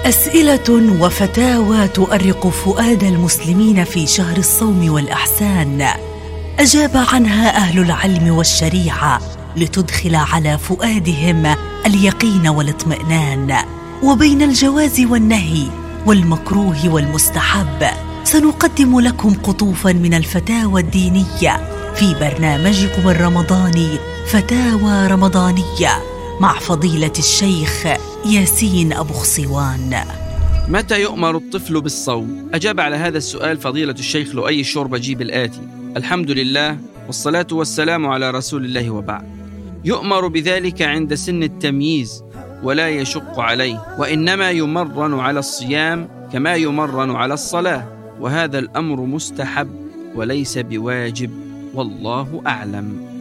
أسئلة وفتاوى تؤرق فؤاد المسلمين في شهر الصوم والإحسان، أجاب عنها أهل العلم والشريعة لتدخل على فؤادهم اليقين والاطمئنان. وبين الجواز والنهي والمكروه والمستحب سنقدم لكم قطوفا من الفتاوى الدينية في برنامجكم الرمضاني فتاوى رمضانية مع فضيلة الشيخ ياسين أبو خصوان. متى يؤمر الطفل بالصوم؟ أجاب على هذا السؤال فضيلة الشيخ لؤي الشوربجي بالآتي: الحمد لله والصلاة والسلام على رسول الله، وبعد. يؤمر بذلك عند سن التمييز ولا يشق عليه، وإنما يمرن على الصيام كما يمرن على الصلاة، وهذا الأمر مستحب وليس بواجب، والله أعلم.